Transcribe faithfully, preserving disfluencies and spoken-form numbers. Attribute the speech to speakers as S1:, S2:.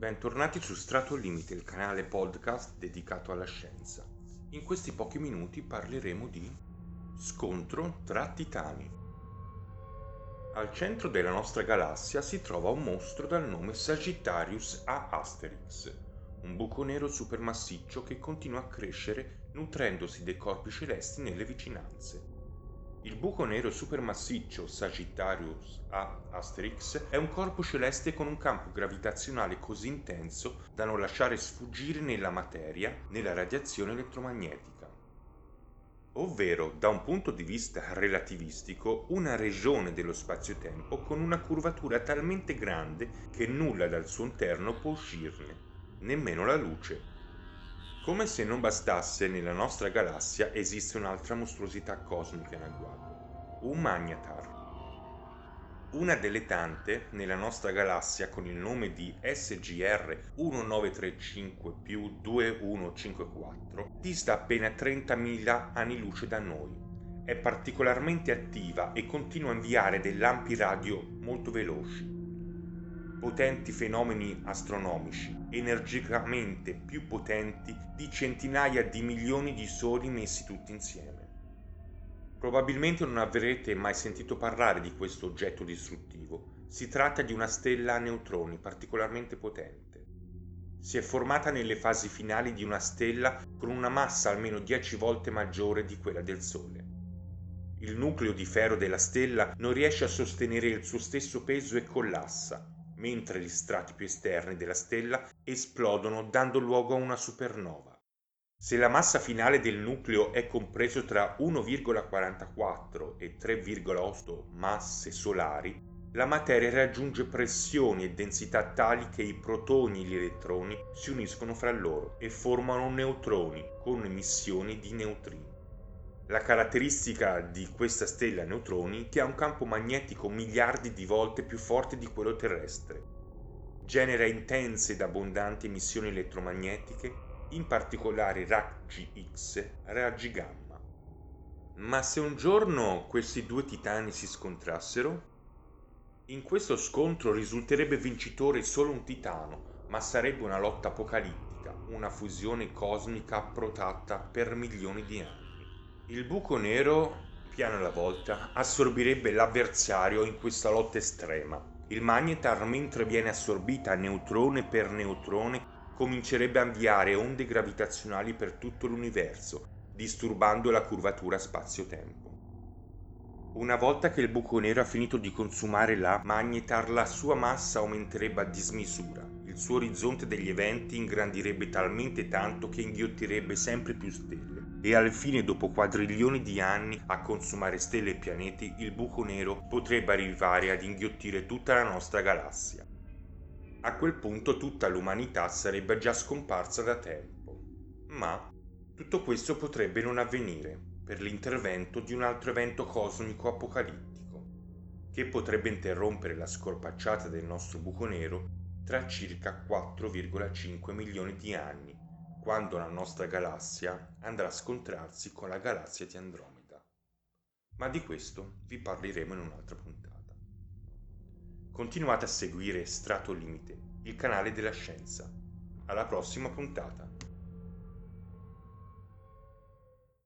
S1: Bentornati su Strato Limite, il canale podcast dedicato alla scienza. In questi pochi minuti parleremo di scontro tra titani. Al centro della nostra galassia si trova un mostro dal nome Sagittarius A Asterix, un buco nero supermassiccio che continua a crescere nutrendosi dei corpi celesti nelle vicinanze. Il buco nero supermassiccio Sagittarius A Asterix è un corpo celeste con un campo gravitazionale così intenso da non lasciare sfuggire nella materia nella radiazione elettromagnetica. Ovvero, da un punto di vista relativistico, una regione dello spazio-tempo con una curvatura talmente grande che nulla dal suo interno può uscirne, nemmeno la luce. Come se non bastasse, nella nostra galassia esiste un'altra mostruosità cosmica in agguato, un magnetar. Una delle tante nella nostra galassia con il nome di S G R millenovecentotrentacinque più ventiduemilacinquecentocinquantaquattro dista appena trentamila anni luce da noi. È particolarmente attiva e continua a inviare dei lampi radio molto veloci. Potenti fenomeni astronomici, energicamente più potenti di centinaia di milioni di soli messi tutti insieme. Probabilmente non avrete mai sentito parlare di questo oggetto distruttivo. Si tratta di una stella a neutroni particolarmente potente. Si è formata nelle fasi finali di una stella con una massa almeno dieci volte maggiore di quella del Sole. Il nucleo di ferro della stella non riesce a sostenere il suo stesso peso e collassa, mentre gli strati più esterni della stella esplodono dando luogo a una supernova. Se la massa finale del nucleo è compreso tra uno virgola quarantaquattro e tre virgola otto masse solari, la materia raggiunge pressioni e densità tali che i protoni e gli elettroni si uniscono fra loro e formano neutroni con emissioni di neutrini. La caratteristica di questa stella a neutroni è che ha un campo magnetico miliardi di volte più forte di quello terrestre. Genera intense ed abbondanti emissioni elettromagnetiche, in particolare raggi X, raggi gamma. Ma se un giorno questi due titani si scontrassero? In questo scontro risulterebbe vincitore solo un titano, ma sarebbe una lotta apocalittica, una fusione cosmica protratta per milioni di anni. Il buco nero, piano alla volta, assorbirebbe l'avversario in questa lotta estrema. Il magnetar, mentre viene assorbita neutrone per neutrone, comincerebbe a inviare onde gravitazionali per tutto l'universo, disturbando la curvatura spazio-tempo. Una volta che il buco nero ha finito di consumare la magnetar, la sua massa aumenterebbe a dismisura. Il suo orizzonte degli eventi ingrandirebbe talmente tanto che inghiottirebbe sempre più stelle. E alla fine, dopo quadrilioni di anni a consumare stelle e pianeti, il buco nero potrebbe arrivare ad inghiottire tutta la nostra galassia. A quel punto tutta l'umanità sarebbe già scomparsa da tempo. Ma tutto questo potrebbe non avvenire per l'intervento di un altro evento cosmico apocalittico, che potrebbe interrompere la scorpacciata del nostro buco nero tra circa quattro virgola cinque milioni di anni, quando la nostra galassia andrà a scontrarsi con la galassia di Andromeda. Ma di questo vi parleremo in un'altra puntata. Continuate a seguire Strato Limite, il canale della scienza. Alla prossima puntata!